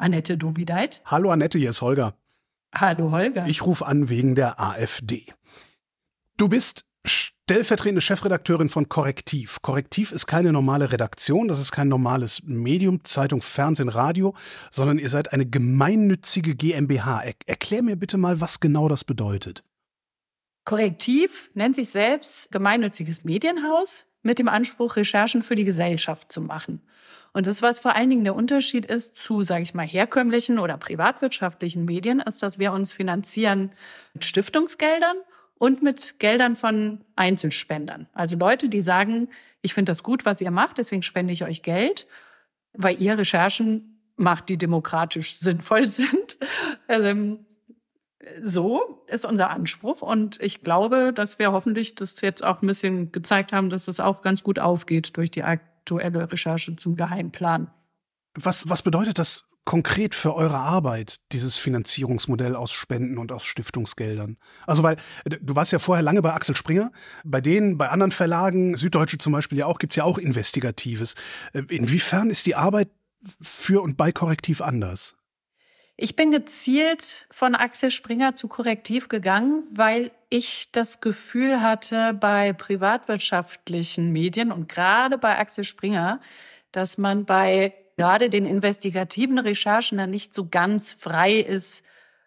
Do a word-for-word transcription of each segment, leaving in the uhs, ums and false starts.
Annette Dovideit. Hallo Annette, hier ist Holger. Hallo Holger. Ich rufe an wegen der AfD. Du bist stellvertretende Chefredakteurin von Korrektiv. Korrektiv ist keine normale Redaktion, das ist kein normales Medium, Zeitung, Fernsehen, Radio, sondern ihr seid eine gemeinnützige GmbH. Er- erklär mir bitte mal, was genau das bedeutet. Korrektiv nennt sich selbst gemeinnütziges Medienhaus mit dem Anspruch, Recherchen für die Gesellschaft zu machen. Und das, was vor allen Dingen der Unterschied ist zu, sage ich mal, herkömmlichen oder privatwirtschaftlichen Medien, ist, dass wir uns finanzieren mit Stiftungsgeldern und mit Geldern von Einzelspendern. Also Leute, die sagen, ich finde das gut, was ihr macht, deswegen spende ich euch Geld, weil ihr Recherchen macht, die demokratisch sinnvoll sind. Also, so ist unser Anspruch. Und ich glaube, dass wir hoffentlich das jetzt auch ein bisschen gezeigt haben, dass es auch ganz gut aufgeht durch die aktuelle Recherche zum Geheimplan. Was, was bedeutet das konkret für eure Arbeit, dieses Finanzierungsmodell aus Spenden und aus Stiftungsgeldern? Also weil, du warst ja vorher lange bei Axel Springer, bei denen, bei anderen Verlagen, Süddeutsche zum Beispiel ja auch, gibt's ja auch Investigatives. Inwiefern ist die Arbeit für und bei Korrektiv anders? Ich bin gezielt von Axel Springer zu Korrektiv gegangen, weil ich das Gefühl hatte, bei privatwirtschaftlichen Medien und gerade bei Axel Springer, dass man bei gerade den investigativen Recherchen dann nicht so ganz frei ist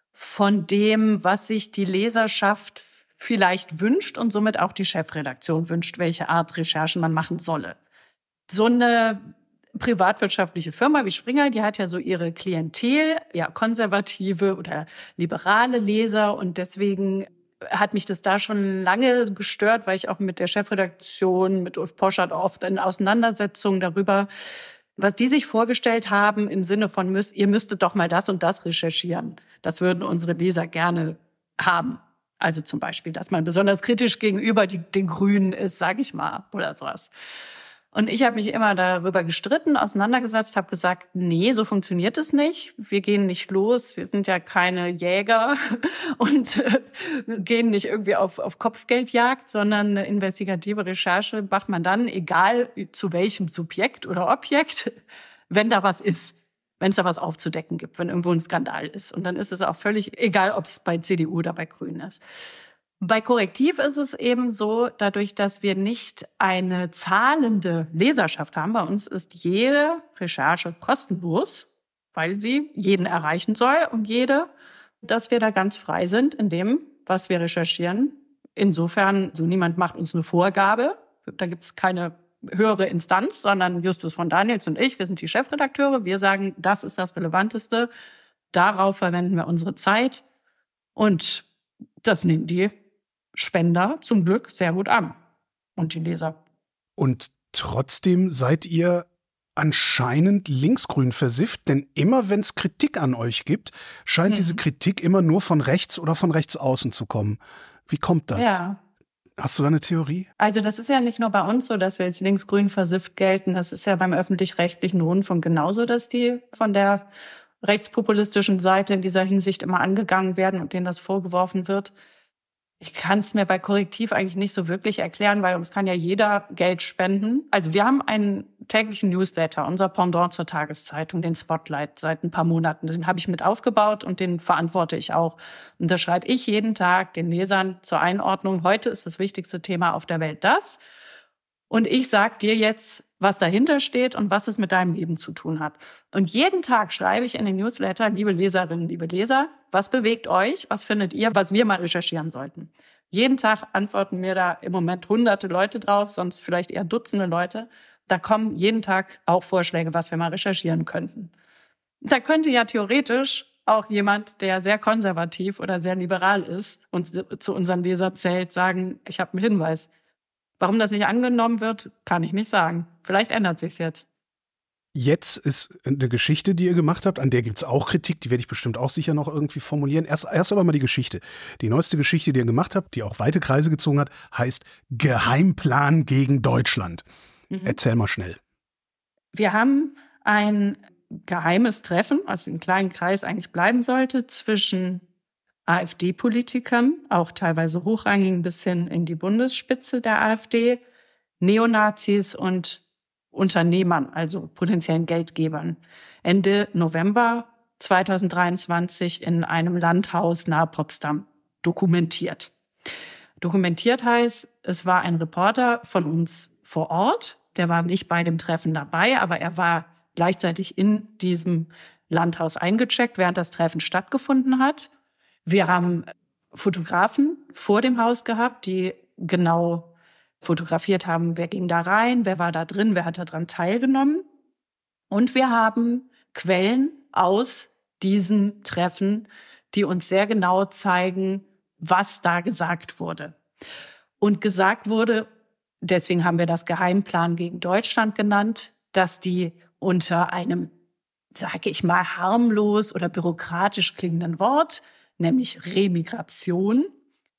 von dem, was sich die Leserschaft vielleicht wünscht und somit auch die Chefredaktion wünscht, welche Art Recherchen man machen solle. So eine privatwirtschaftliche Firma wie Springer, die hat ja so ihre Klientel, ja, konservative oder liberale Leser, und deswegen hat mich das da schon lange gestört, weil ich auch mit der Chefredaktion, mit Ulf Poschardt oft in Auseinandersetzungen darüber, was die sich vorgestellt haben im Sinne von, müsst, ihr müsstet doch mal das und das recherchieren. Das würden unsere Leser gerne haben. Also zum Beispiel, dass man besonders kritisch gegenüber die, den Grünen ist, sage ich mal, oder sowas. Und ich habe mich immer darüber gestritten, auseinandergesetzt, habe gesagt, nee, so funktioniert es nicht. Wir gehen nicht los, wir sind ja keine Jäger und äh, gehen nicht irgendwie auf, auf Kopfgeldjagd, sondern eine investigative Recherche macht man dann, egal zu welchem Subjekt oder Objekt, wenn da was ist, wenn es da was aufzudecken gibt, wenn irgendwo ein Skandal ist. Und dann ist es auch völlig egal, ob es bei C D U oder bei Grünen ist. Bei Korrektiv ist es eben so, dadurch, dass wir nicht eine zahlende Leserschaft haben, bei uns ist jede Recherche kostenlos, weil sie jeden erreichen soll und jede, dass wir da ganz frei sind in dem, was wir recherchieren. Insofern, so niemand macht uns eine Vorgabe, da gibt es keine höhere Instanz, sondern Justus von Daniels und ich, wir sind die Chefredakteure, wir sagen, das ist das Relevanteste, darauf verwenden wir unsere Zeit und das nehmen die Spender zum Glück sehr gut an und die Leser. Und trotzdem seid ihr anscheinend linksgrün versifft, denn immer wenn es Kritik an euch gibt, scheint hm. diese Kritik immer nur von rechts oder von rechts außen zu kommen. Wie kommt das? Ja. Hast du da eine Theorie? Also das ist ja nicht nur bei uns so, dass wir jetzt linksgrün versifft gelten. Das ist ja beim öffentlich-rechtlichen Rundfunk genauso, dass die von der rechtspopulistischen Seite in dieser Hinsicht immer angegangen werden und denen das vorgeworfen wird. Ich kann es mir bei Korrektiv eigentlich nicht so wirklich erklären, weil uns kann ja jeder Geld spenden. Also wir haben einen täglichen Newsletter, unser Pendant zur Tageszeitung, den Spotlight, seit ein paar Monaten. Den habe ich mit aufgebaut und den verantworte ich auch. Und da schreibe ich jeden Tag den Lesern zur Einordnung, heute ist das wichtigste Thema auf der Welt das. Und ich sag dir jetzt, was dahinter steht und was es mit deinem Leben zu tun hat. Und jeden Tag schreibe ich in den Newsletter, liebe Leserinnen, liebe Leser, was bewegt euch, was findet ihr, was wir mal recherchieren sollten. Jeden Tag antworten mir da im Moment hunderte Leute drauf, sonst vielleicht eher Dutzende Leute. Da kommen jeden Tag auch Vorschläge, was wir mal recherchieren könnten. Da könnte ja theoretisch auch jemand, der sehr konservativ oder sehr liberal ist und zu unseren Lesern zählt, sagen, ich habe einen Hinweis. Warum das nicht angenommen wird, kann ich nicht sagen. Vielleicht ändert sich's jetzt. Jetzt ist eine Geschichte, die ihr gemacht habt, an der gibt's auch Kritik, die werde ich bestimmt auch sicher noch irgendwie formulieren. Erst, erst aber mal die Geschichte. Die neueste Geschichte, die ihr gemacht habt, die auch weite Kreise gezogen hat, heißt Geheimplan gegen Deutschland. Mhm. Erzähl mal schnell. Wir haben ein geheimes Treffen, was im kleinen Kreis eigentlich bleiben sollte, zwischen AfD-Politikern, auch teilweise hochrangigen bis hin in die Bundesspitze der AfD, Neonazis und Unternehmern, also potenziellen Geldgebern. Ende November zweitausenddreiundzwanzig in einem Landhaus nahe Potsdam dokumentiert. Dokumentiert heißt, es war ein Reporter von uns vor Ort, der war nicht bei dem Treffen dabei, aber er war gleichzeitig in diesem Landhaus eingecheckt, während das Treffen stattgefunden hat. Wir haben Fotografen vor dem Haus gehabt, die genau fotografiert haben, wer ging da rein, wer war da drin, wer hat daran teilgenommen. Und wir haben Quellen aus diesen Treffen, die uns sehr genau zeigen, was da gesagt wurde. Und gesagt wurde, deswegen haben wir das Geheimplan gegen Deutschland genannt, dass die unter einem, sage ich mal, harmlos oder bürokratisch klingenden Wort, nämlich Remigration,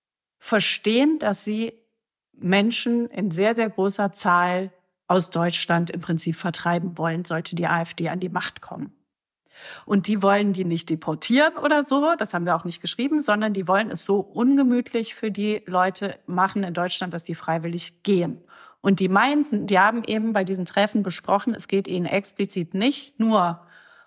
verstehen, dass sie Menschen in sehr, sehr großer Zahl aus Deutschland im Prinzip vertreiben wollen, sollte die AfD an die Macht kommen. Und die wollen die nicht deportieren oder so, das haben wir auch nicht geschrieben, sondern die wollen es so ungemütlich für die Leute machen in Deutschland, dass die freiwillig gehen. Und die meinten, die haben eben bei diesen Treffen besprochen, es geht ihnen explizit nicht nur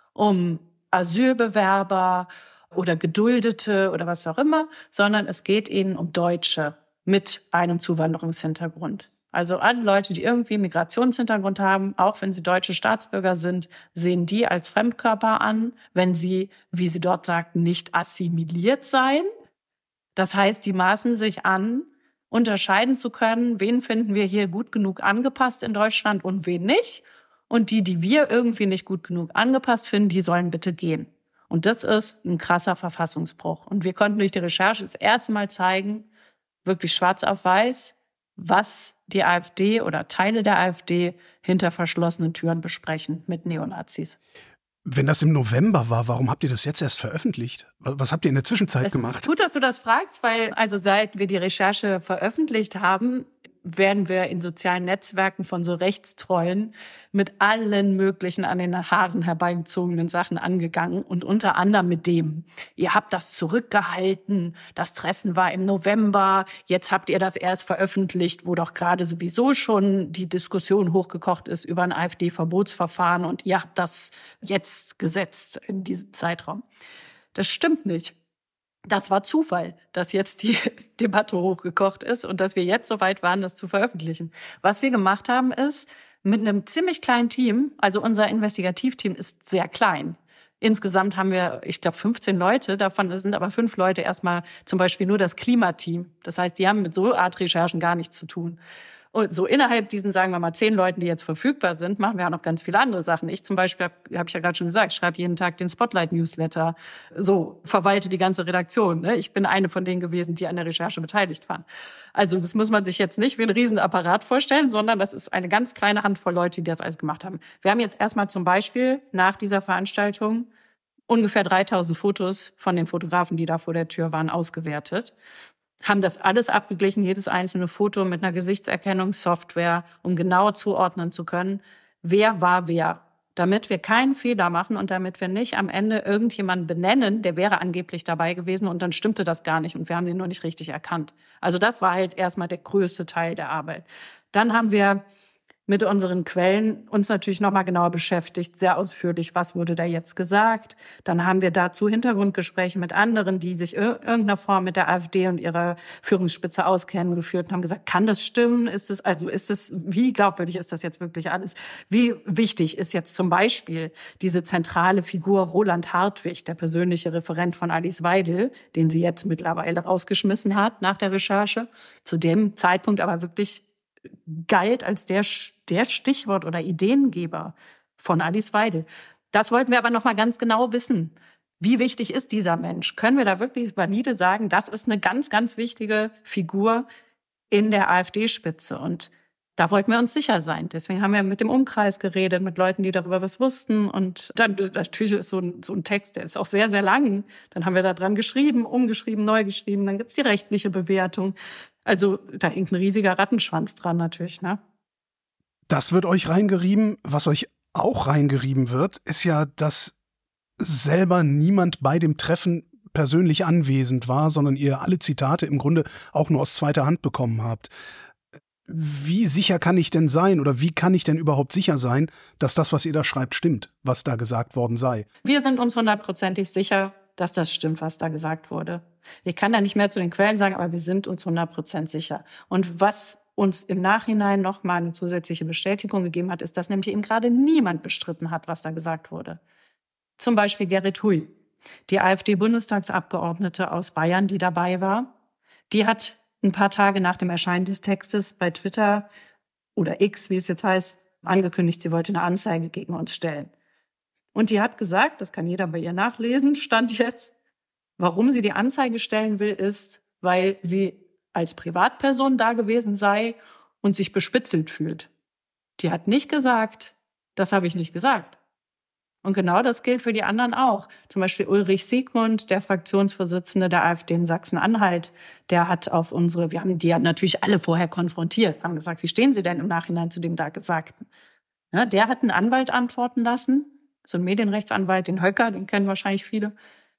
um Asylbewerber oder Geduldete oder was auch immer, sondern es geht ihnen um Deutsche mit einem Zuwanderungshintergrund. Also alle Leute, die irgendwie Migrationshintergrund haben, auch wenn sie deutsche Staatsbürger sind, sehen die als Fremdkörper an, wenn sie, wie sie dort sagten, nicht assimiliert seien. Das heißt, die maßen sich an, unterscheiden zu können, wen finden wir hier gut genug angepasst in Deutschland und wen nicht. Und die, die wir irgendwie nicht gut genug angepasst finden, die sollen bitte gehen. Und das ist ein krasser Verfassungsbruch. Und wir konnten durch die Recherche das erste Mal zeigen, wirklich schwarz auf weiß, was die AfD oder Teile der AfD hinter verschlossenen Türen besprechen mit Neonazis. Wenn das im November war, warum habt ihr das jetzt erst veröffentlicht? Was habt ihr in der Zwischenzeit es gemacht? Ist gut, dass du das fragst, weil also seit wir die Recherche veröffentlicht haben, werden wir in sozialen Netzwerken von so Rechtstreuen mit allen möglichen an den Haaren herbeigezogenen Sachen angegangen und unter anderem mit dem, ihr habt das zurückgehalten, das Treffen war im November, jetzt habt ihr das erst veröffentlicht, wo doch gerade sowieso schon die Diskussion hochgekocht ist über ein AfD-Verbotsverfahren und ihr habt das jetzt gesetzt in diesen Zeitraum. Das stimmt nicht. Das war Zufall, dass jetzt die Debatte hochgekocht ist und dass wir jetzt so weit waren, das zu veröffentlichen. Was wir gemacht haben, ist mit einem ziemlich kleinen Team, also unser Investigativteam ist sehr klein. Insgesamt haben wir, ich glaube, fünfzehn Leute, davon sind aber fünf Leute erstmal zum Beispiel nur das Klimateam. Das heißt, die haben mit so Art Recherchen gar nichts zu tun. Und so innerhalb diesen, sagen wir mal, zehn Leuten, die jetzt verfügbar sind, machen wir auch noch ganz viele andere Sachen. Ich zum Beispiel, habe hab ich ja gerade schon gesagt, schreibe jeden Tag den Spotlight-Newsletter, so verwalte die ganze Redaktion. Ne? Ich bin eine von denen gewesen, die an der Recherche beteiligt waren. Also das muss man sich jetzt nicht wie ein Riesenapparat vorstellen, sondern das ist eine ganz kleine Handvoll Leute, die das alles gemacht haben. Wir haben jetzt erstmal zum Beispiel nach dieser Veranstaltung ungefähr dreitausend Fotos von den Fotografen, die da vor der Tür waren, ausgewertet. Haben das alles abgeglichen, jedes einzelne Foto mit einer Gesichtserkennungssoftware, um genau zuordnen zu können, wer war wer, damit wir keinen Fehler machen und damit wir nicht am Ende irgendjemanden benennen, der wäre angeblich dabei gewesen und dann stimmte das gar nicht und wir haben den nur nicht richtig erkannt. Also das war halt erstmal der größte Teil der Arbeit. Dann haben wir mit unseren Quellen uns natürlich nochmal genauer beschäftigt, sehr ausführlich, was wurde da jetzt gesagt. Dann haben wir dazu Hintergrundgespräche mit anderen, die sich in irgendeiner Form mit der AfD und ihrer Führungsspitze auskennen, geführt und haben gesagt, kann das stimmen? Ist es, also ist es, wie glaubwürdig ist das jetzt wirklich alles? Wie wichtig ist jetzt zum Beispiel diese zentrale Figur Roland Hartwig, der persönliche Referent von Alice Weidel, den sie jetzt mittlerweile rausgeschmissen hat nach der Recherche, zu dem Zeitpunkt aber wirklich galt als der, der Stichwort oder Ideengeber von Alice Weidel. Das wollten wir aber noch mal ganz genau wissen. Wie wichtig ist dieser Mensch? Können wir da wirklich valide sagen, das ist eine ganz, ganz wichtige Figur in der AfD-Spitze? Und da wollten wir uns sicher sein. Deswegen haben wir mit dem Umkreis geredet, mit Leuten, die darüber was wussten. Und dann natürlich ist so ein, so ein Text, der ist auch sehr, sehr lang. Dann haben wir da dran geschrieben, umgeschrieben, neu geschrieben. Dann gibt's die rechtliche Bewertung. Also da hängt ein riesiger Rattenschwanz dran natürlich, ne? Das wird euch reingerieben. Was euch auch reingerieben wird, ist ja, dass selber niemand bei dem Treffen persönlich anwesend war, sondern ihr alle Zitate im Grunde auch nur aus zweiter Hand bekommen habt. Wie sicher kann ich denn sein oder wie kann ich denn überhaupt sicher sein, dass das, was ihr da schreibt, stimmt, was da gesagt worden sei? Wir sind uns hundertprozentig sicher, dass das stimmt, was da gesagt wurde. Ich kann da nicht mehr zu den Quellen sagen, aber wir sind uns hundertprozentig sicher. Und was uns im Nachhinein noch mal eine zusätzliche Bestätigung gegeben hat, ist, dass nämlich eben gerade niemand bestritten hat, was da gesagt wurde. Zum Beispiel Gerrit Huy, die AfD-Bundestagsabgeordnete aus Bayern, die dabei war. Die hat ein paar Tage nach dem Erscheinen des Textes bei Twitter oder X, wie es jetzt heißt, angekündigt, sie wollte eine Anzeige gegen uns stellen. Und die hat gesagt, das kann jeder bei ihr nachlesen, stand jetzt, warum sie die Anzeige stellen will, ist, weil sie als Privatperson da gewesen sei und sich bespitzelt fühlt. Die hat nicht gesagt, das habe ich nicht gesagt. Und genau das gilt für die anderen auch. Zum Beispiel Ulrich Siegmund, der Fraktionsvorsitzende der AfD in Sachsen-Anhalt, der hat auf unsere, wir haben die ja natürlich alle vorher konfrontiert, haben gesagt, wie stehen Sie denn im Nachhinein zu dem da Gesagten? Ja, der hat einen Anwalt antworten lassen, so ein Medienrechtsanwalt, den Höcker, den kennen wahrscheinlich viele.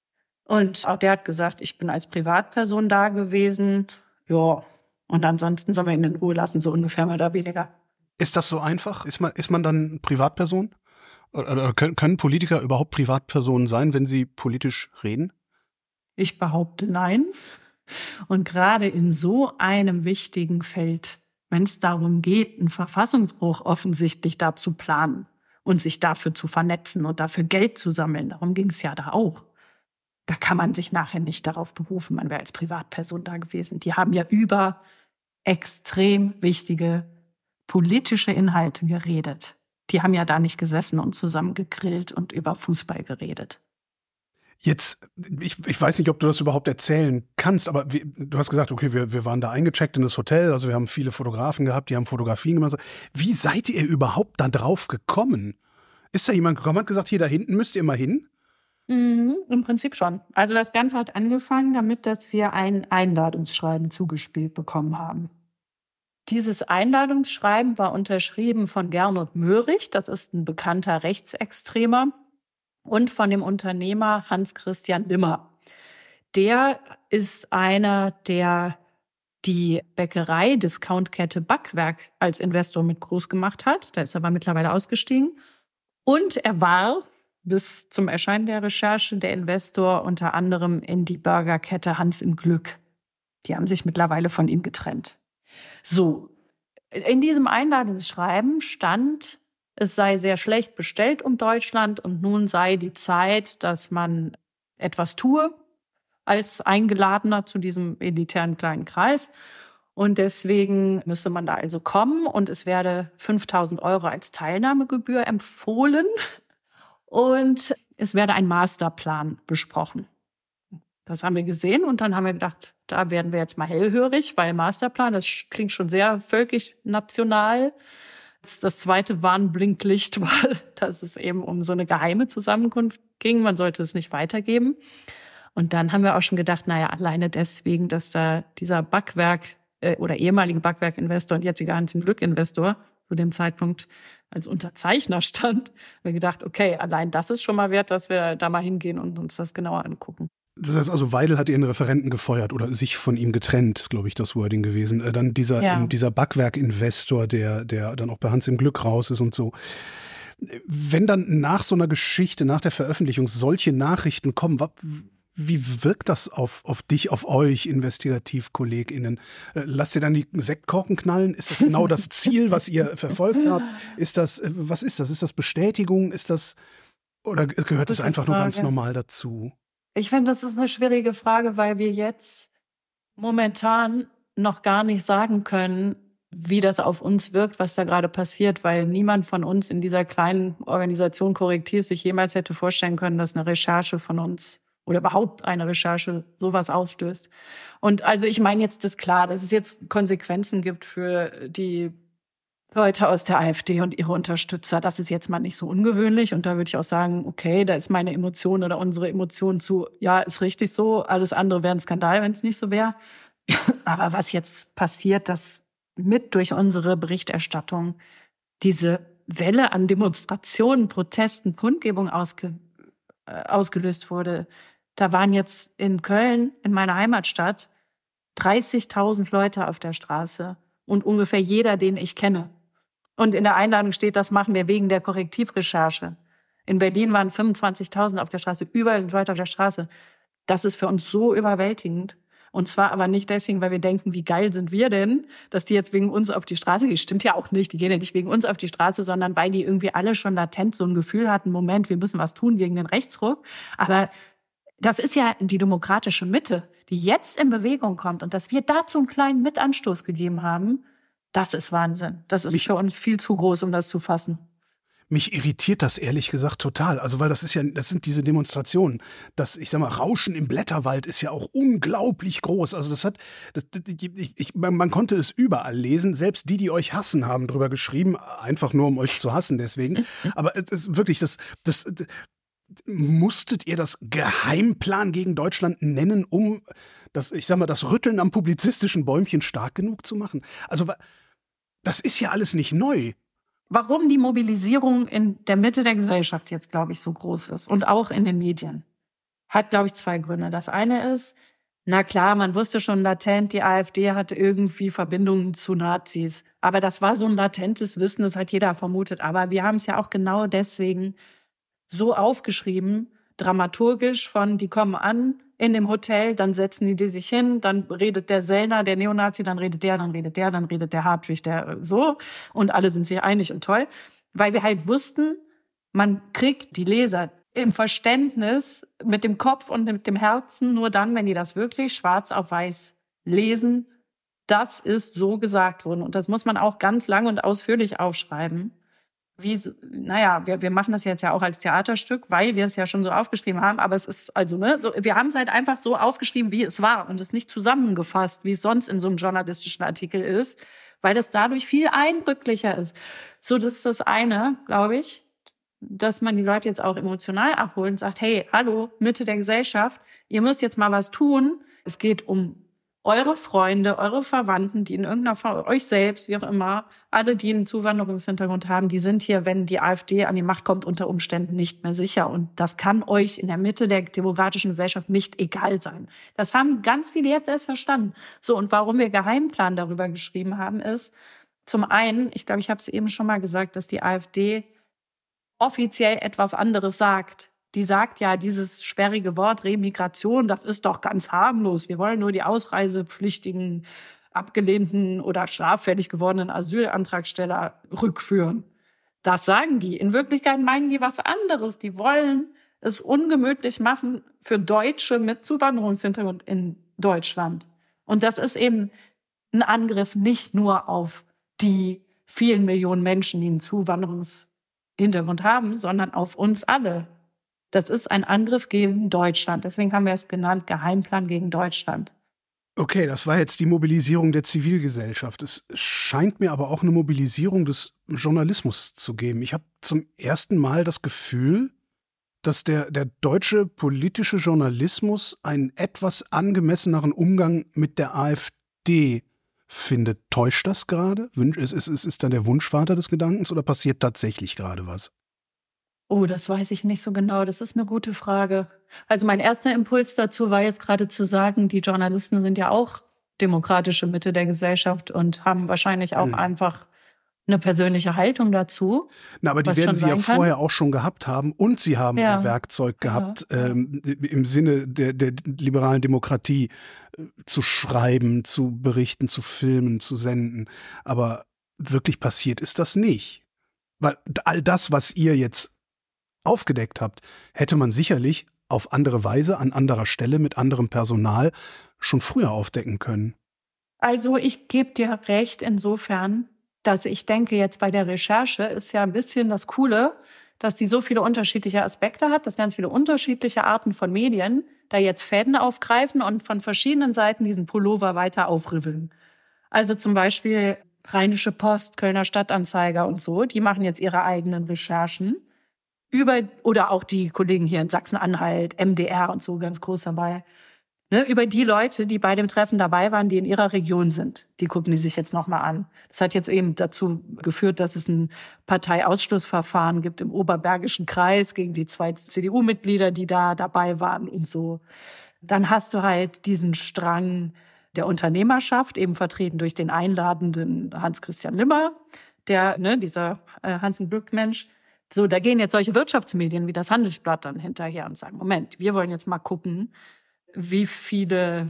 Und auch der hat gesagt, ich bin als Privatperson da gewesen. Ja, und ansonsten sollen wir ihn in Ruhe lassen, so ungefähr mehr oder weniger. Ist das so einfach? Ist man, ist man dann Privatperson? Oder können, können Politiker überhaupt Privatpersonen sein, wenn sie politisch reden? Ich behaupte nein. Und gerade in so einem wichtigen Feld, wenn es darum geht, einen Verfassungsbruch offensichtlich da zu planen und sich dafür zu vernetzen und dafür Geld zu sammeln, darum ging es ja da auch. Da kann man sich nachher nicht darauf berufen, man wäre als Privatperson da gewesen. Die haben ja über extrem wichtige politische Inhalte geredet. Die haben ja da nicht gesessen und zusammen gegrillt und über Fußball geredet. Jetzt, ich, ich weiß nicht, ob du das überhaupt erzählen kannst, aber wie, du hast gesagt, okay, wir, wir waren da eingecheckt in das Hotel, also wir haben viele Fotografen gehabt, die haben Fotografien gemacht. Wie seid ihr überhaupt da drauf gekommen? Ist da jemand gekommen und hat gesagt, hier da hinten müsst ihr mal hin? Mhm, im Prinzip schon. Also das Ganze hat angefangen damit, dass wir ein Einladungsschreiben zugespielt bekommen haben. Dieses Einladungsschreiben war unterschrieben von Gernot Möhrig, das ist ein bekannter Rechtsextremer, und von dem Unternehmer Hans-Christian Limmer. Der ist einer, der die Bäckerei-Discountkette Backwerk als Investor mit groß gemacht hat. Der ist aber mittlerweile ausgestiegen. Und er war bis zum Erscheinen der Recherche der Investor unter anderem in die Burgerkette Hans im Glück. Die haben sich mittlerweile von ihm getrennt. So, in diesem Einladungsschreiben stand, es sei sehr schlecht bestellt um Deutschland und nun sei die Zeit, dass man etwas tue als Eingeladener zu diesem elitären kleinen Kreis. Und deswegen müsste man da also kommen und es werde fünftausend Euro als Teilnahmegebühr empfohlen und es werde ein Masterplan besprochen. Das haben wir gesehen und dann haben wir gedacht, da werden wir jetzt mal hellhörig, weil Masterplan, das klingt schon sehr völkisch national. Das zweite Warnblinklicht war, dass es eben um so eine geheime Zusammenkunft ging. Man sollte es nicht weitergeben. Und dann haben wir auch schon gedacht, naja, alleine deswegen, dass da dieser Backwerk äh, oder ehemalige Backwerk-Investor und jetziger Hans im Glück-Investor zu dem Zeitpunkt als Unterzeichner stand, haben wir gedacht, okay, allein das ist schon mal wert, dass wir da mal hingehen und uns das genauer angucken. Das heißt also, Weidel hat ihren Referenten gefeuert oder sich von ihm getrennt, ist, glaube ich, das Wording gewesen. Äh, dann dieser, ja. ähm, dieser Backwerk-Investor, der, der dann auch bei Hans im Glück raus ist und so. Wenn dann nach so einer Geschichte, nach der Veröffentlichung solche Nachrichten kommen, wie wirkt das auf, auf dich, auf euch InvestigativkollegInnen? Äh, lasst ihr dann die Sektkorken knallen? Ist das genau das Ziel, was ihr verfolgt habt? Ist das, äh, was ist das? Ist das Bestätigung? Ist das, oder gehört das einfach nur ganz normal dazu? Ich finde, das ist eine schwierige Frage, weil wir jetzt momentan noch gar nicht sagen können, wie das auf uns wirkt, was da gerade passiert, weil niemand von uns in dieser kleinen Organisation Korrektiv sich jemals hätte vorstellen können, dass eine Recherche von uns oder überhaupt eine Recherche sowas auslöst. Und also ich meine jetzt das klar, dass es jetzt Konsequenzen gibt für die Leute aus der AfD und ihre Unterstützer. Das ist jetzt mal nicht so ungewöhnlich. Und da würde ich auch sagen, okay, da ist meine Emotion oder unsere Emotion zu, ja, ist richtig so. Alles andere wäre ein Skandal, wenn es nicht so wäre. Aber was jetzt passiert, dass mit durch unsere Berichterstattung diese Welle an Demonstrationen, Protesten, Kundgebungen ausge, äh, ausgelöst wurde. Da waren jetzt in Köln, in meiner Heimatstadt, dreißigtausend Leute auf der Straße. und ungefähr jeder, den ich kenne. Und in der Einladung steht, das machen wir wegen der Korrektivrecherche. In Berlin waren fünfundzwanzigtausend auf der Straße, überall Leute auf der Straße. Das ist für uns so überwältigend. Und zwar aber nicht deswegen, weil wir denken, wie geil sind wir denn, dass die jetzt wegen uns auf die Straße gehen. Stimmt ja auch nicht, die gehen ja nicht wegen uns auf die Straße, sondern weil die irgendwie alle schon latent so ein Gefühl hatten, Moment, wir müssen was tun gegen den Rechtsruck. Aber das ist ja die demokratische Mitte, die jetzt in Bewegung kommt. Und dass wir dazu einen kleinen Mitanstoß gegeben haben, das ist Wahnsinn. Das ist mich, für uns viel zu groß, um das zu fassen. Mich irritiert das ehrlich gesagt total. Also, weil das ist ja, das sind diese Demonstrationen. Das, ich sag mal, Rauschen im Blätterwald ist ja auch unglaublich groß. Also, das hat, das, ich, ich, man, man konnte es überall lesen. Selbst die, die euch hassen, haben drüber geschrieben. Einfach nur, um euch zu hassen deswegen. Aber es ist wirklich, das, das, das musstet ihr das Geheimplan gegen Deutschland nennen, um das, ich sag mal, das Rütteln am publizistischen Bäumchen stark genug zu machen? Also, das ist ja alles nicht neu. Warum die Mobilisierung in der Mitte der Gesellschaft jetzt, glaube ich, so groß ist und auch in den Medien, hat, glaube ich, zwei Gründe. Das eine ist, na klar, man wusste schon latent, die AfD hatte irgendwie Verbindungen zu Nazis. Aber das war so ein latentes Wissen, das hat jeder vermutet. Aber wir haben es ja auch genau deswegen so aufgeschrieben, dramaturgisch von, die kommen an in dem Hotel, dann setzen die die sich hin, dann redet der Sellner, der Neonazi, dann redet der, dann redet der, dann redet der Hartwig, der so. Und alle sind sich einig und toll. Weil wir halt wussten, man kriegt die Leser im Verständnis mit dem Kopf und mit dem Herzen nur dann, wenn die das wirklich schwarz auf weiß lesen. Das ist so gesagt worden. Und das muss man auch ganz lang und ausführlich aufschreiben. Wie, naja, wir, wir machen das jetzt ja auch als Theaterstück, weil wir es ja schon so aufgeschrieben haben, aber es ist also, ne, so, wir haben es halt einfach so aufgeschrieben, wie es war und es nicht zusammengefasst, wie es sonst in so einem journalistischen Artikel ist, weil das dadurch viel eindrücklicher ist. So, das ist das eine, glaube ich, dass man die Leute jetzt auch emotional abholt und sagt, hey, hallo, Mitte der Gesellschaft, ihr müsst jetzt mal was tun. Es geht um eure Freunde, eure Verwandten, die in irgendeiner Form, euch selbst, wie auch immer, alle, die einen Zuwanderungshintergrund haben, die sind hier, wenn die AfD an die Macht kommt, unter Umständen nicht mehr sicher. Und das kann euch in der Mitte der demokratischen Gesellschaft nicht egal sein. Das haben ganz viele jetzt erst verstanden. So, und warum wir Geheimplan darüber geschrieben haben, ist, zum einen, ich glaube, ich habe es eben schon mal gesagt, dass die AfD offiziell etwas anderes sagt. Die sagt ja, dieses sperrige Wort Remigration, das ist doch ganz harmlos. Wir wollen nur die ausreisepflichtigen, abgelehnten oder straffällig gewordenen Asylantragsteller rückführen. Das sagen die. In Wirklichkeit meinen die was anderes. Die wollen es ungemütlich machen für Deutsche mit Zuwanderungshintergrund in Deutschland. Und das ist eben ein Angriff nicht nur auf die vielen Millionen Menschen, die einen Zuwanderungshintergrund haben, sondern auf uns alle. Das ist ein Angriff gegen Deutschland. Deswegen haben wir es genannt, Geheimplan gegen Deutschland. Okay, das war jetzt die Mobilisierung der Zivilgesellschaft. Es scheint mir aber auch eine Mobilisierung des Journalismus zu geben. Ich habe zum ersten Mal das Gefühl, dass der, der deutsche politische Journalismus einen etwas angemesseneren Umgang mit der AfD findet. Täuscht das gerade? Ist, ist, ist, ist dann der Wunschvater des Gedankens oder passiert tatsächlich gerade was? Oh, das weiß ich nicht so genau. Das ist eine gute Frage. Also mein erster Impuls dazu war jetzt gerade zu sagen, die Journalisten sind ja auch demokratische Mitte der Gesellschaft und haben wahrscheinlich auch mhm. einfach eine persönliche Haltung dazu. Na, aber die werden sie ja kann. vorher auch schon gehabt haben und sie haben ja. ein Werkzeug gehabt, ja. ähm, im Sinne der, der liberalen Demokratie äh, zu schreiben, zu berichten, zu filmen, zu senden. Aber wirklich passiert ist das nicht. Weil all das, was ihr jetzt aufgedeckt habt, hätte man sicherlich auf andere Weise, an anderer Stelle, mit anderem Personal schon früher aufdecken können. Also ich gebe dir recht insofern, dass ich denke, jetzt bei der Recherche ist ja ein bisschen das Coole, dass die so viele unterschiedliche Aspekte hat, dass ganz viele unterschiedliche Arten von Medien da jetzt Fäden aufgreifen und von verschiedenen Seiten diesen Pullover weiter aufribbeln. Also zum Beispiel Rheinische Post, Kölner Stadtanzeiger und so, die machen jetzt ihre eigenen Recherchen. Über, oder auch die Kollegen hier in Sachsen-Anhalt, M D R und so, ganz groß dabei. Ne, über die Leute, die bei dem Treffen dabei waren, die in ihrer Region sind. Die gucken die sich jetzt nochmal an. Das hat jetzt eben dazu geführt, dass es ein Parteiausschlussverfahren gibt im Oberbergischen Kreis gegen die zwei C D U-Mitglieder, die da dabei waren und so. Dann hast du halt diesen Strang der Unternehmerschaft, eben vertreten durch den einladenden Hans-Christian Limmer, der, ne, dieser äh, Hans-Glück-Mensch. So, da gehen jetzt solche Wirtschaftsmedien wie das Handelsblatt dann hinterher und sagen, Moment, wir wollen jetzt mal gucken, wie viele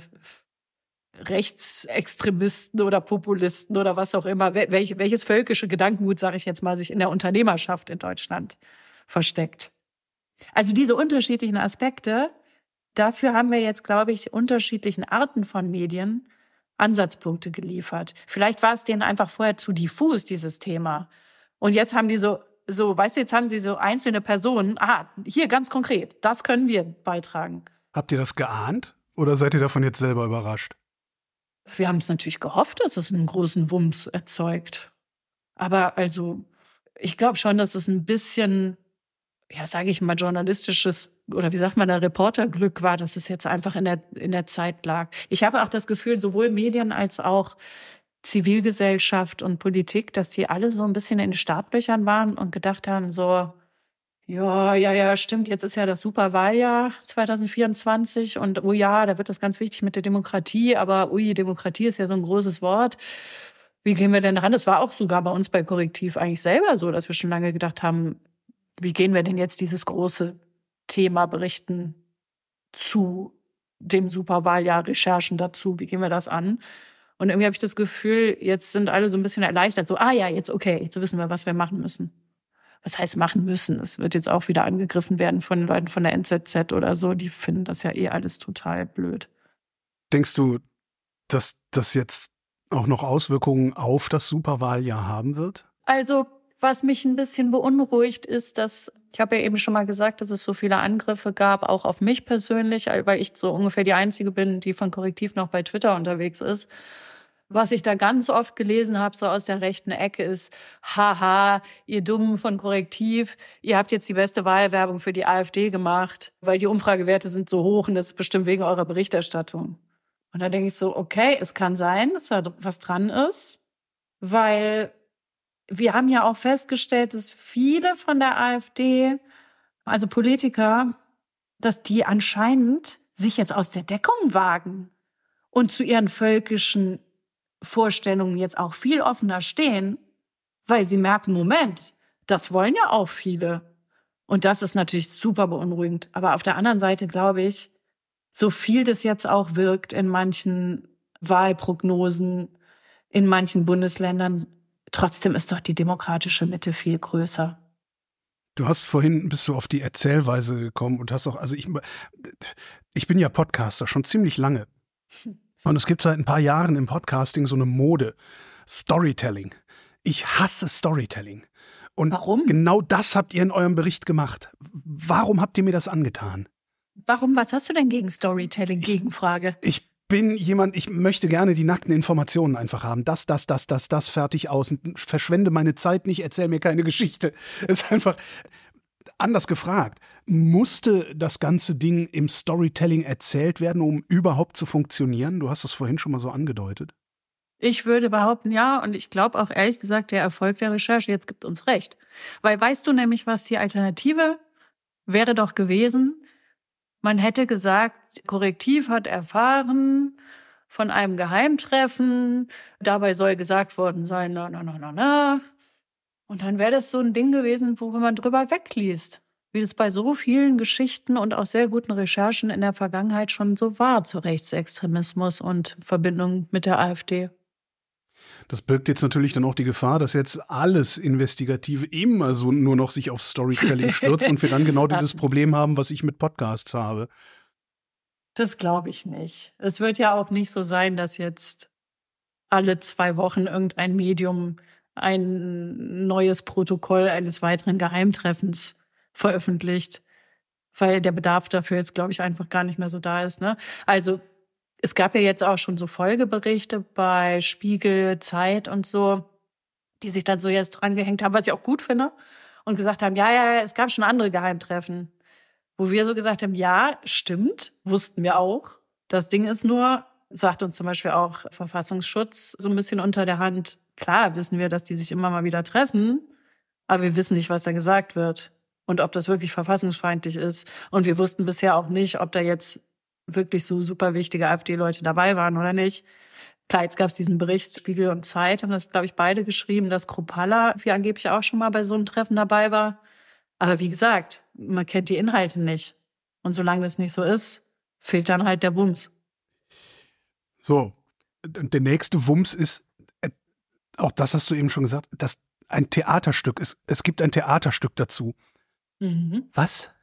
Rechtsextremisten oder Populisten oder was auch immer, welche, welches völkische Gedankengut, sage ich jetzt mal, sich in der Unternehmerschaft in Deutschland versteckt. Also diese unterschiedlichen Aspekte, dafür haben wir jetzt, glaube ich, unterschiedlichen Arten von Medien Ansatzpunkte geliefert. Vielleicht war es denen einfach vorher zu diffus, dieses Thema. Und jetzt haben die so, so, weißt du, jetzt haben sie so einzelne Personen, aha, hier ganz konkret, das können wir beitragen. Habt ihr das geahnt oder seid ihr davon jetzt selber überrascht? Wir haben es natürlich gehofft, dass es einen großen Wumms erzeugt. Aber also, ich glaube schon, dass es ein bisschen, ja, sage ich mal, journalistisches oder wie sagt man da, Reporterglück war, dass es jetzt einfach in der in der Zeit lag. Ich habe auch das Gefühl, sowohl Medien als auch Zivilgesellschaft und Politik, dass die alle so ein bisschen in den Startlöchern waren und gedacht haben, so, ja, ja, ja, stimmt, jetzt ist ja das Superwahljahr zwanzig vierundzwanzig und oh ja, da wird das ganz wichtig mit der Demokratie, aber ui, Demokratie ist ja so ein großes Wort. Wie gehen wir denn ran? Das war auch sogar bei uns bei Korrektiv eigentlich selber so, dass wir schon lange gedacht haben, wie gehen wir denn jetzt dieses große Thema berichten zu dem Superwahljahr, Recherchen dazu, wie gehen wir das an? Und irgendwie habe ich das Gefühl, jetzt sind alle so ein bisschen erleichtert, so, ah ja, jetzt okay, jetzt wissen wir, was wir machen müssen. Was heißt machen müssen? Es wird jetzt auch wieder angegriffen werden von Leuten von der N Z Z oder so, die finden das ja eh alles total blöd. Denkst du, dass das jetzt auch noch Auswirkungen auf das Superwahljahr haben wird? Also, was mich ein bisschen beunruhigt, ist, dass, ich habe ja eben schon mal gesagt, dass es so viele Angriffe gab, auch auf mich persönlich, weil ich so ungefähr die Einzige bin, die von Korrektiv noch bei Twitter unterwegs ist. Was ich da ganz oft gelesen habe, so aus der rechten Ecke, ist, haha, ihr Dummen von Korrektiv, ihr habt jetzt die beste Wahlwerbung für die AfD gemacht, weil die Umfragewerte sind so hoch und das ist bestimmt wegen eurer Berichterstattung. Und da denke ich so, okay, es kann sein, dass da was dran ist, weil wir haben ja auch festgestellt, dass viele von der AfD, also Politiker, dass die anscheinend sich jetzt aus der Deckung wagen und zu ihren völkischen Vorstellungen jetzt auch viel offener stehen, weil sie merken, Moment, das wollen ja auch viele. Und das ist natürlich super beunruhigend. Aber auf der anderen Seite glaube ich, so viel das jetzt auch wirkt in manchen Wahlprognosen, in manchen Bundesländern, trotzdem ist doch die demokratische Mitte viel größer. Du hast vorhin, bist du auf die Erzählweise gekommen und hast auch, also ich, ich bin ja Podcaster schon ziemlich lange. Und es gibt seit ein paar Jahren im Podcasting so eine Mode. Storytelling. Ich hasse Storytelling. Und Warum? Genau das habt ihr in eurem Bericht gemacht. Warum habt ihr mir das angetan? Warum? Was hast du denn gegen Storytelling? Gegenfrage. Ich, ich bin jemand, ich möchte gerne die nackten Informationen einfach haben. Das, das, das, das, das, fertig aus. Und verschwende meine Zeit nicht, erzähl mir keine Geschichte. Es ist einfach anders gefragt. Musste das ganze Ding im Storytelling erzählt werden, um überhaupt zu funktionieren? Du hast das vorhin schon mal so angedeutet. Ich würde behaupten, ja. Und ich glaube auch ehrlich gesagt, der Erfolg der Recherche jetzt gibt uns recht. Weil weißt du nämlich, was die Alternative wäre doch gewesen? Man hätte gesagt, Korrektiv hat erfahren von einem Geheimtreffen. Dabei soll gesagt worden sein, na, na, na, na, na. Und dann wäre das so ein Ding gewesen, wo man drüber wegliest. Wie das bei so vielen Geschichten und auch sehr guten Recherchen in der Vergangenheit schon so war zu Rechtsextremismus und Verbindung mit der AfD. Das birgt jetzt natürlich dann auch die Gefahr, dass jetzt alles Investigative immer so nur noch sich auf Storytelling stürzt und wir dann genau dieses Problem haben, was ich mit Podcasts habe. Das glaube ich nicht. Es wird ja auch nicht so sein, dass jetzt alle zwei Wochen irgendein Medium ein neues Protokoll eines weiteren Geheimtreffens veröffentlicht, weil der Bedarf dafür jetzt, glaube ich, einfach gar nicht mehr so da ist, ne? Also es gab ja jetzt auch schon so Folgeberichte bei Spiegel, Zeit und so, die sich dann so jetzt dran gehängt haben, was ich auch gut finde, und gesagt haben, ja, ja, es gab schon andere Geheimtreffen, wo wir so gesagt haben, ja, stimmt, wussten wir auch. Das Ding ist nur, sagt uns zum Beispiel auch Verfassungsschutz so ein bisschen unter der Hand, klar wissen wir, dass die sich immer mal wieder treffen, aber wir wissen nicht, was da gesagt wird und ob das wirklich verfassungsfeindlich ist. Und wir wussten bisher auch nicht, ob da jetzt wirklich so super wichtige AfD-Leute dabei waren oder nicht. Klar, jetzt gab es diesen Bericht, Spiegel und Zeit haben das, glaube ich, beide geschrieben, dass Kruppalla wie angeblich auch schon mal bei so einem Treffen dabei war. Aber wie gesagt, man kennt die Inhalte nicht. Und solange das nicht so ist, fehlt dann halt der Wumms. So, der nächste Wumms ist, äh, auch das hast du eben schon gesagt, das ein Theaterstück. Es, es gibt ein Theaterstück dazu. Mhm. Was?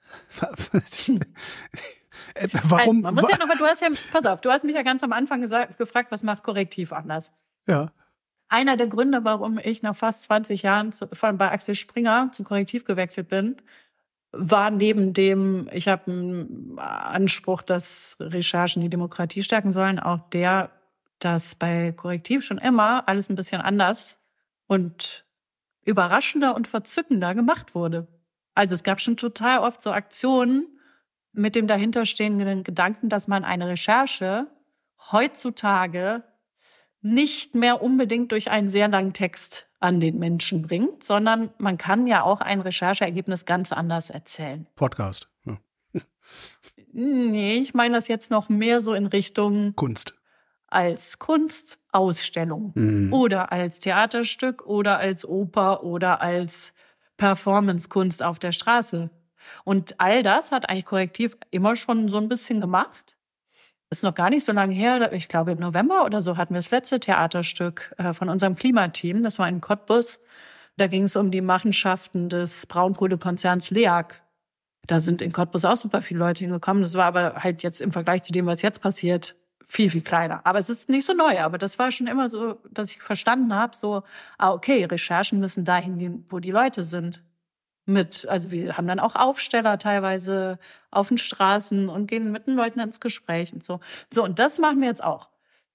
Warum? Also, man muss ja noch, du hast ja, pass auf, du hast mich ja ganz am Anfang gesagt, gefragt, was macht Korrektiv anders? Ja. Einer der Gründe, warum ich nach fast zwanzig Jahren zu, von bei Axel Springer zu Korrektiv gewechselt bin, war neben dem, ich habe einen Anspruch, dass Recherchen die Demokratie stärken sollen, auch der, dass bei Korrektiv schon immer alles ein bisschen anders und überraschender und verzückender gemacht wurde. Also es gab schon total oft so Aktionen mit dem dahinterstehenden Gedanken, dass man eine Recherche heutzutage nicht mehr unbedingt durch einen sehr langen Text an den Menschen bringt, sondern man kann ja auch ein Rechercheergebnis ganz anders erzählen. Podcast. Ja. Nee, ich meine das jetzt noch mehr so in Richtung Kunst. Als Kunstausstellung Mhm. oder als Theaterstück oder als Oper oder als Performancekunst auf der Straße. Und all das hat eigentlich Korrektiv immer schon so ein bisschen gemacht. Ist noch gar nicht so lange her, ich glaube im November oder so hatten wir das letzte Theaterstück von unserem Klimateam, das war in Cottbus. Da ging es um die Machenschaften des Braunkohlekonzerns LEAG. Da sind in Cottbus auch super viele Leute hingekommen. Das war aber halt jetzt im Vergleich zu dem, was jetzt passiert, viel, viel kleiner. Aber es ist nicht so neu. Aber das war schon immer so, dass ich verstanden habe, so, ah, okay, Recherchen müssen dahin gehen, wo die Leute sind. Mit, also wir haben dann auch Aufsteller teilweise auf den Straßen und gehen mit den Leuten ins Gespräch und so. So, und das machen wir jetzt auch.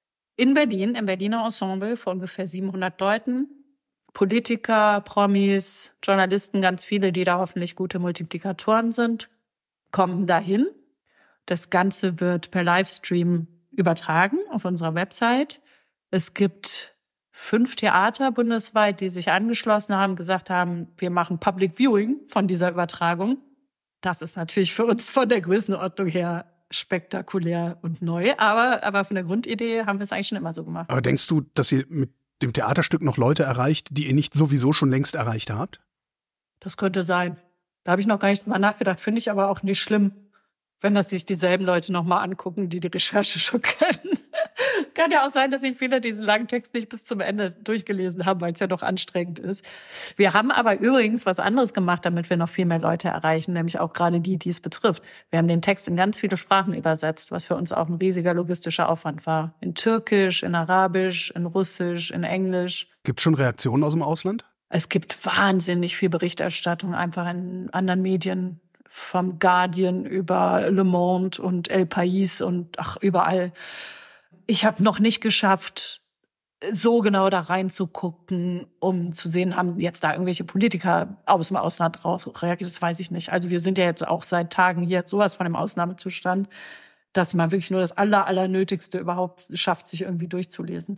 In Berlin, im Berliner Ensemble von ungefähr siebenhundert Leuten. Politiker, Promis, Journalisten, ganz viele, die da hoffentlich gute Multiplikatoren sind, kommen dahin. Das Ganze wird per Livestream übertragen auf unserer Website. Es gibt fünf Theater bundesweit, die sich angeschlossen haben, gesagt haben, wir machen Public Viewing von dieser Übertragung. Das ist natürlich für uns von der Größenordnung her spektakulär und neu, aber, aber von der Grundidee haben wir es eigentlich schon immer so gemacht. Aber denkst du, dass ihr mit dem Theaterstück noch Leute erreicht, die ihr nicht sowieso schon längst erreicht habt? Das könnte sein. Da habe ich noch gar nicht drüber nachgedacht. Finde ich aber auch nicht schlimm, wenn das sich dieselben Leute noch mal angucken, die die Recherche schon kennen. Kann ja auch sein, dass sich viele diesen langen Text nicht bis zum Ende durchgelesen haben, weil es ja doch anstrengend ist. Wir haben aber übrigens was anderes gemacht, damit wir noch viel mehr Leute erreichen, nämlich auch gerade die, die es betrifft. Wir haben den Text in ganz viele Sprachen übersetzt, was für uns auch ein riesiger logistischer Aufwand war. In Türkisch, in Arabisch, in Russisch, in Englisch. Gibt es schon Reaktionen aus dem Ausland? Es gibt wahnsinnig viel Berichterstattung einfach in anderen Medien. Vom Guardian über Le Monde und El País und ach, überall. Ich habe noch nicht geschafft, so genau da reinzugucken, um zu sehen, haben jetzt da irgendwelche Politiker aus dem Ausland raus reagiert, das weiß ich nicht. Also wir sind ja jetzt auch seit Tagen hier sowas von dem Ausnahmezustand, dass man wirklich nur das aller, allernötigste überhaupt schafft, sich irgendwie durchzulesen.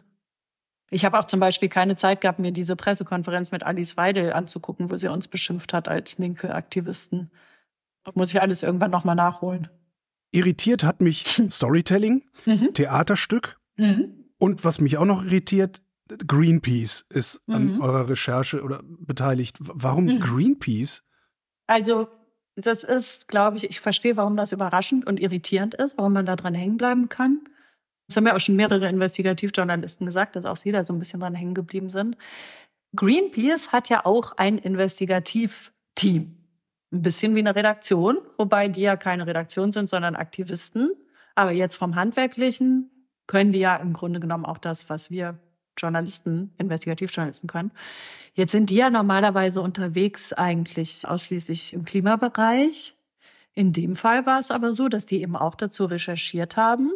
Ich habe auch zum Beispiel keine Zeit gehabt, mir diese Pressekonferenz mit Alice Weidel anzugucken, wo sie uns beschimpft hat als linke Aktivisten. Muss ich alles irgendwann nochmal nachholen. Irritiert hat mich Storytelling, mhm. Theaterstück mhm. und was mich auch noch irritiert, Greenpeace ist an mhm. eurer Recherche oder beteiligt. Warum mhm. Greenpeace? Also das ist, glaube ich, ich verstehe, warum das überraschend und irritierend ist, warum man da dran hängen bleiben kann. Das haben ja auch schon mehrere Investigativjournalisten gesagt, dass auch sie da so ein bisschen dran hängen geblieben sind. Greenpeace hat ja auch ein Investigativteam. Ein bisschen wie eine Redaktion, wobei die ja keine Redaktion sind, sondern Aktivisten. Aber jetzt vom Handwerklichen können die ja im Grunde genommen auch das, was wir Journalisten, Investigativjournalisten können. Jetzt sind die ja normalerweise unterwegs eigentlich ausschließlich im Klimabereich. In dem Fall war es aber so, dass die eben auch dazu recherchiert haben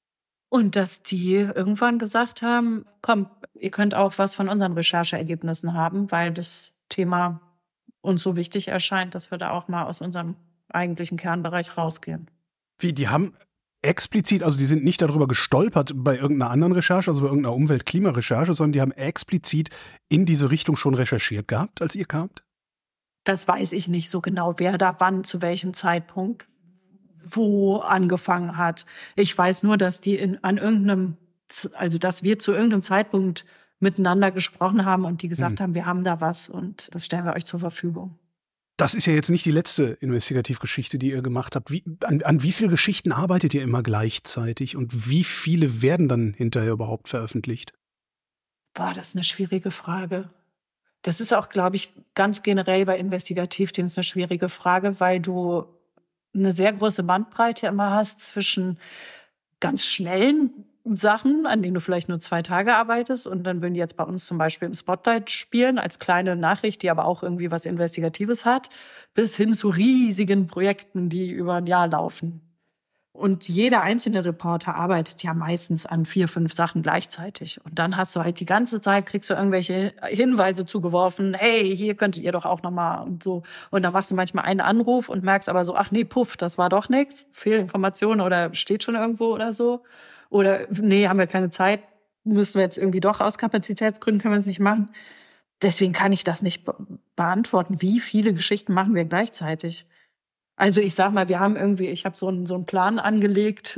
und dass die irgendwann gesagt haben, komm, ihr könnt auch was von unseren Rechercheergebnissen haben, weil das Thema uns so wichtig erscheint, dass wir da auch mal aus unserem eigentlichen Kernbereich rausgehen. Wie, die haben explizit, also die sind nicht darüber gestolpert bei irgendeiner anderen Recherche, also bei irgendeiner Umwelt-Klimarecherche, sondern die haben explizit in diese Richtung schon recherchiert gehabt, als ihr kamt? Das weiß ich nicht so genau, wer da wann, zu welchem Zeitpunkt wo angefangen hat. Ich weiß nur, dass die in, an irgendeinem, also dass wir zu irgendeinem Zeitpunkt miteinander gesprochen haben und die gesagt hm. haben, wir haben da was und das stellen wir euch zur Verfügung. Das ist ja jetzt nicht die letzte Investigativgeschichte, die ihr gemacht habt. Wie, an, an wie vielen Geschichten arbeitet ihr immer gleichzeitig und wie viele werden dann hinterher überhaupt veröffentlicht? Boah, das ist eine schwierige Frage. Das ist auch, glaube ich, ganz generell bei Investigativteams eine schwierige Frage, weil du eine sehr große Bandbreite immer hast zwischen ganz schnellen Sachen, an denen du vielleicht nur zwei Tage arbeitest und dann würden die jetzt bei uns zum Beispiel im Spotlight spielen als kleine Nachricht, die aber auch irgendwie was Investigatives hat, bis hin zu riesigen Projekten, die über ein Jahr laufen. Und jeder einzelne Reporter arbeitet ja meistens an vier, fünf Sachen gleichzeitig. Und dann hast du halt die ganze Zeit, kriegst du irgendwelche Hinweise zugeworfen, hey, hier könntet ihr doch auch nochmal und so. Und dann machst du manchmal einen Anruf und merkst aber so, ach nee, puff, das war doch nichts, Fehlinformationen oder steht schon irgendwo oder so. Oder nee, haben wir keine Zeit, müssen wir jetzt irgendwie doch aus Kapazitätsgründen, können wir es nicht machen. Deswegen kann ich das nicht be- beantworten. Wie viele Geschichten machen wir gleichzeitig? Also ich sag mal, wir haben irgendwie, ich habe so einen so einen Plan angelegt,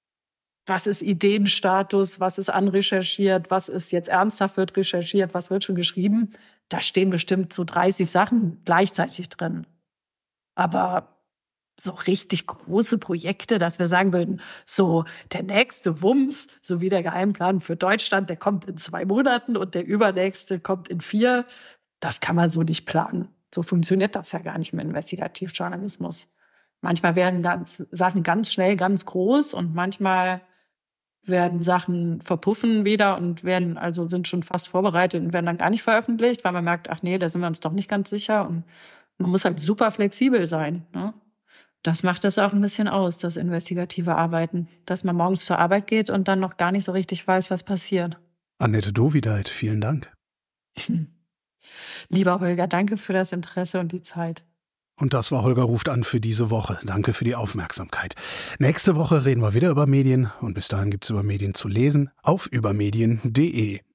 was ist Ideenstatus, was ist anrecherchiert, was ist jetzt ernsthaft wird recherchiert, was wird schon geschrieben. Da stehen bestimmt so dreißig Sachen gleichzeitig drin. Aber so richtig große Projekte, dass wir sagen würden, so der nächste Wumms, so wie der Geheimplan für Deutschland, der kommt in zwei Monaten und der übernächste kommt in vier, das kann man so nicht planen. So funktioniert das ja gar nicht im Investigativjournalismus. Manchmal werden ganz, Sachen ganz schnell ganz groß und manchmal werden Sachen verpuffen wieder und werden also sind schon fast vorbereitet und werden dann gar nicht veröffentlicht, weil man merkt, ach nee, da sind wir uns doch nicht ganz sicher. Und man muss halt super flexibel sein, ne? Das macht das auch ein bisschen aus, das investigative Arbeiten, dass man morgens zur Arbeit geht und dann noch gar nicht so richtig weiß, was passiert. Annette Dovideit, vielen Dank. Lieber Holger, danke für das Interesse und die Zeit. Und das war Holger ruft an für diese Woche. Danke für die Aufmerksamkeit. Nächste Woche reden wir wieder über Medien und bis dahin gibt's über Medien zu lesen auf übermedien punkt de.